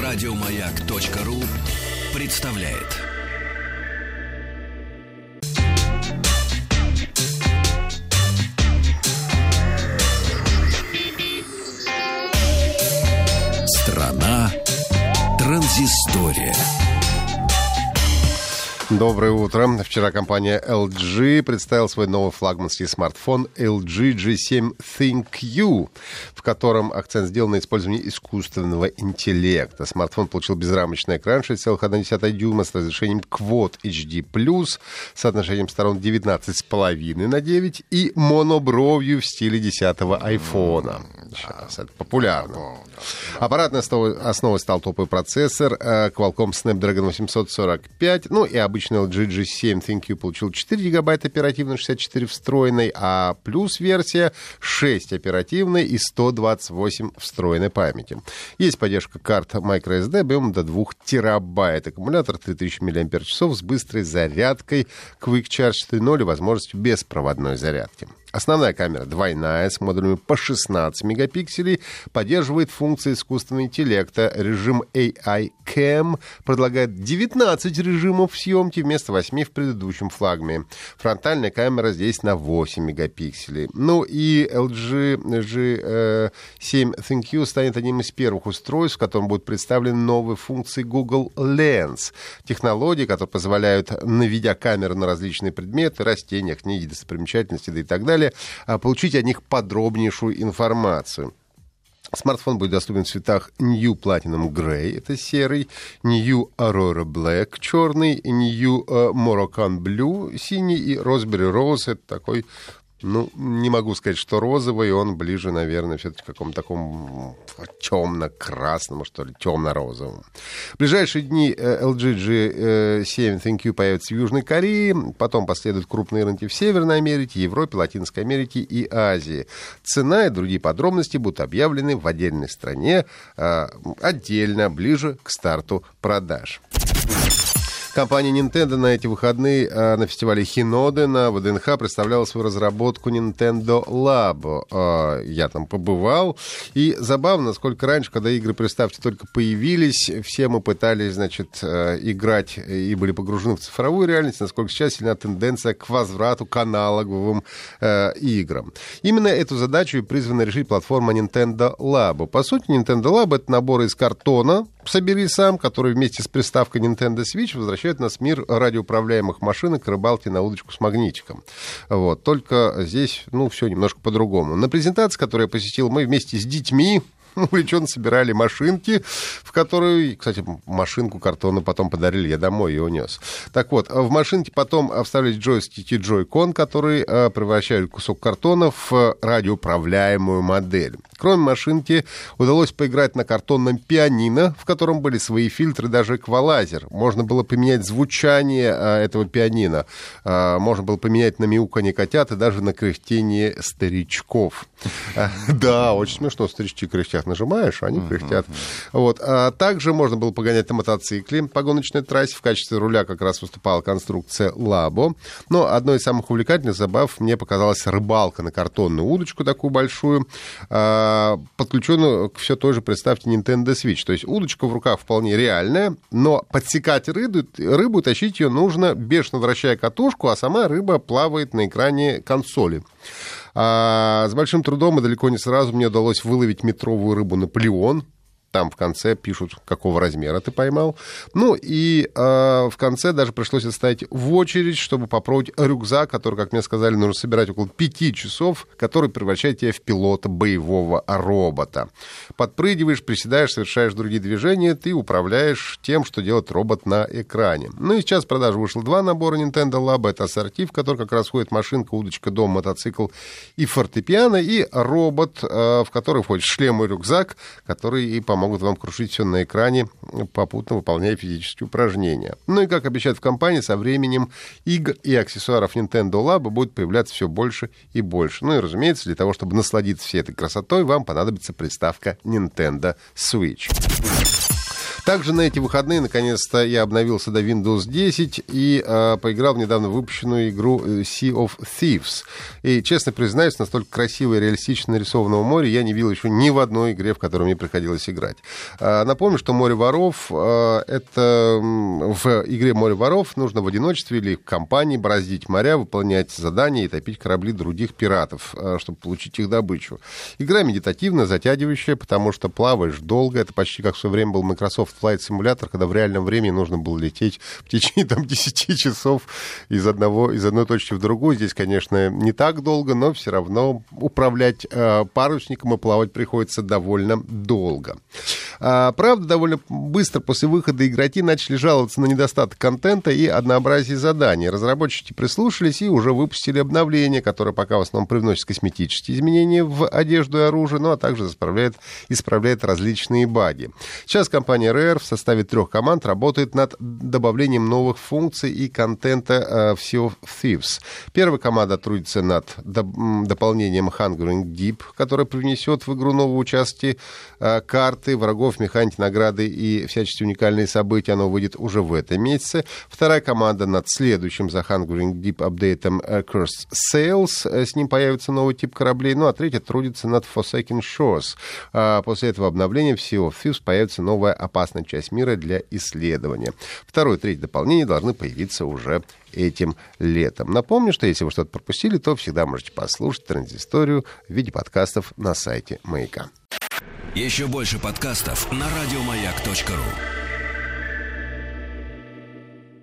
Радиомаяк.ру представляет. Страна транзистория. Доброе утро. Вчера компания LG представила свой новый флагманский смартфон LG G7 ThinQ, в котором акцент сделан на использовании искусственного интеллекта. Смартфон получил безрамочный экран 6,1 дюйма с разрешением Quad HD+, соотношением сторон 19,5:9 и монобровью в стиле 10-го айфона. Сейчас это популярно. Аппаратной основой стал топовый процессор Qualcomm Snapdragon 845, ну и обычный LG G7 ThinQ получил 4 гигабайта оперативной, 64 встроенной, а плюс версия 6 оперативной и 128 встроенной памяти. Есть поддержка карт microSD объемом до 2 терабайт. Аккумулятор 3000 мАч с быстрой зарядкой Quick Charge 4.0 и возможностью беспроводной зарядки. Основная камера двойная, с модулями по 16 мегапикселей, поддерживает функции искусственного интеллекта. Режим AI Cam предлагает 19 режимов съемки вместо 8 в предыдущем флагмане. Фронтальная камера здесь на 8 мегапикселей. Ну и LG G7 ThinQ станет одним из первых устройств, в котором будут представлены новые функции Google Lens. Технологии, которые позволяют, наведя камеру на различные предметы, растения, книги, достопримечательности, да и так далее, получить о них подробнейшую информацию. Смартфон будет доступен в цветах New Platinum Grey, это серый, New Aurora Black, черный, New Moroccan Blue, синий, и Raspberry Rose, это такой, ну, не могу сказать, что розовый, он ближе, наверное, все-таки к какому-то такому темно-красному, что ли, темно-розовому. В ближайшие дни LG G7 ThinQ появится в Южной Корее, потом последуют крупные рынки в Северной Америке, Европе, Латинской Америке и Азии. Цена и другие подробности будут объявлены в отдельной стране, отдельно, ближе к старту продаж. Компания Nintendo на эти выходные на фестивале Hinode на ВДНХ представляла свою разработку Nintendo Labo. Я там побывал. И забавно, насколько раньше, когда игры, представьте, только появились, все мы пытались, значит, играть и были погружены в цифровую реальность, насколько сейчас сильна тенденция к возврату к аналоговым играм. Именно эту задачу и призвана решить платформа Nintendo Labo. По сути, Nintendo Labo — это набор из картона «Собери сам», который вместе с приставкой Nintendo Switch возвращает нас в мир радиоуправляемых машинок к рыбалке на удочку с магнитиком. Вот. Только здесь, ну, все немножко по-другому. На презентации, которую я посетил, мы вместе с детьми увлеченно собирали машинки, в которую, кстати, машинку картона потом подарили, я домой ее унес. Так вот, в машинке потом вставились джойстики Joy-Con, которые превращают кусок картона в радиоуправляемую модель. Кроме машинки, удалось поиграть на картонном пианино, в котором были свои фильтры, даже эквалайзер. Можно было поменять звучание этого пианино. Можно было поменять на мяуканье котят и даже на кряхтение старичков. Да, очень смешно, старички кряхтят. Нажимаешь, они кряхтят. Вот. Также можно было погонять на мотоцикле по гоночной трассе. В качестве руля как раз выступала конструкция Labo. Но одной из самых увлекательных забав мне показалась рыбалка на картонную удочку такую большую, подключенную к все той же, представьте, Nintendo Switch. То есть удочка в руках вполне реальная, но подсекать рыбу, тащить ее нужно, бешено вращая катушку, а сама рыба плавает на экране консоли. С большим трудом и далеко не сразу мне удалось выловить метровую рыбу «Наполеон». Там в конце пишут, какого размера ты поймал. Ну и в конце даже пришлось отстоять в очередь, чтобы попробовать рюкзак, который, как мне сказали, нужно собирать около 5 часов, который превращает тебя в пилота боевого робота. Подпрыгиваешь, приседаешь, совершаешь другие движения, ты управляешь тем, что делает робот на экране. Ну и сейчас в продажу вышло 2 набора Nintendo Labo. Это ассорти, в который как раз входит машинка, удочка, дом, мотоцикл и фортепиано, и робот, в который входит шлем и рюкзак, который и помогут вам крушить все на экране, попутно выполняя физические упражнения. Ну и, как обещают в компании, со временем игр и аксессуаров Nintendo Labo будет появляться все больше и больше. Ну и, разумеется, для того, чтобы насладиться всей этой красотой, вам понадобится приставка Nintendo Switch. Также на эти выходные, наконец-то, я обновился до Windows 10 и поиграл в недавно выпущенную игру Sea of Thieves. И, честно признаюсь, настолько красиво и реалистично нарисованного моря я не видел еще ни в одной игре, в которой мне приходилось играть. Напомню, что «Море воров» — это в игре «Море воров» нужно в одиночестве или в компании бороздить моря, выполнять задания и топить корабли других пиратов, чтобы получить их добычу. Игра медитативная, затягивающая, потому что плаваешь долго. Это почти как в свое время был Microsoft Flight Simulator, когда в реальном времени нужно было лететь в течение 10 часов из одной точки в другую. Здесь, конечно, не так долго, но все равно управлять парусником и плавать приходится довольно долго. Правда, довольно быстро после выхода игроки начали жаловаться на недостаток контента и однообразие заданий. Разработчики прислушались и уже выпустили обновление, которое пока в основном привносит косметические изменения в одежду и оружие, ну а также исправляет различные баги. Сейчас компания Rare в составе 3 команд работает над добавлением новых функций и контента в Sea of Thieves. Первая команда трудится над дополнением Hungering Deep, которое привнесет в игру новые участки, карты, врагов, механики, награды и всяческие уникальные события. Оно выйдет уже в этом месяце. Вторая команда над следующим за Hungering Deep апдейтом Cursed Sails. С ним появится новый тип кораблей. Ну а третья трудится над Forsaken Shores. После этого обновления в Sea of Thieves появится новая опасная часть мира для исследования. Второе и третье дополнение должны появиться уже этим летом. Напомню, что если вы что-то пропустили, то всегда можете послушать Транзисторию в виде подкастов на сайте Маяка. Еще больше подкастов на радиомаяк.ру.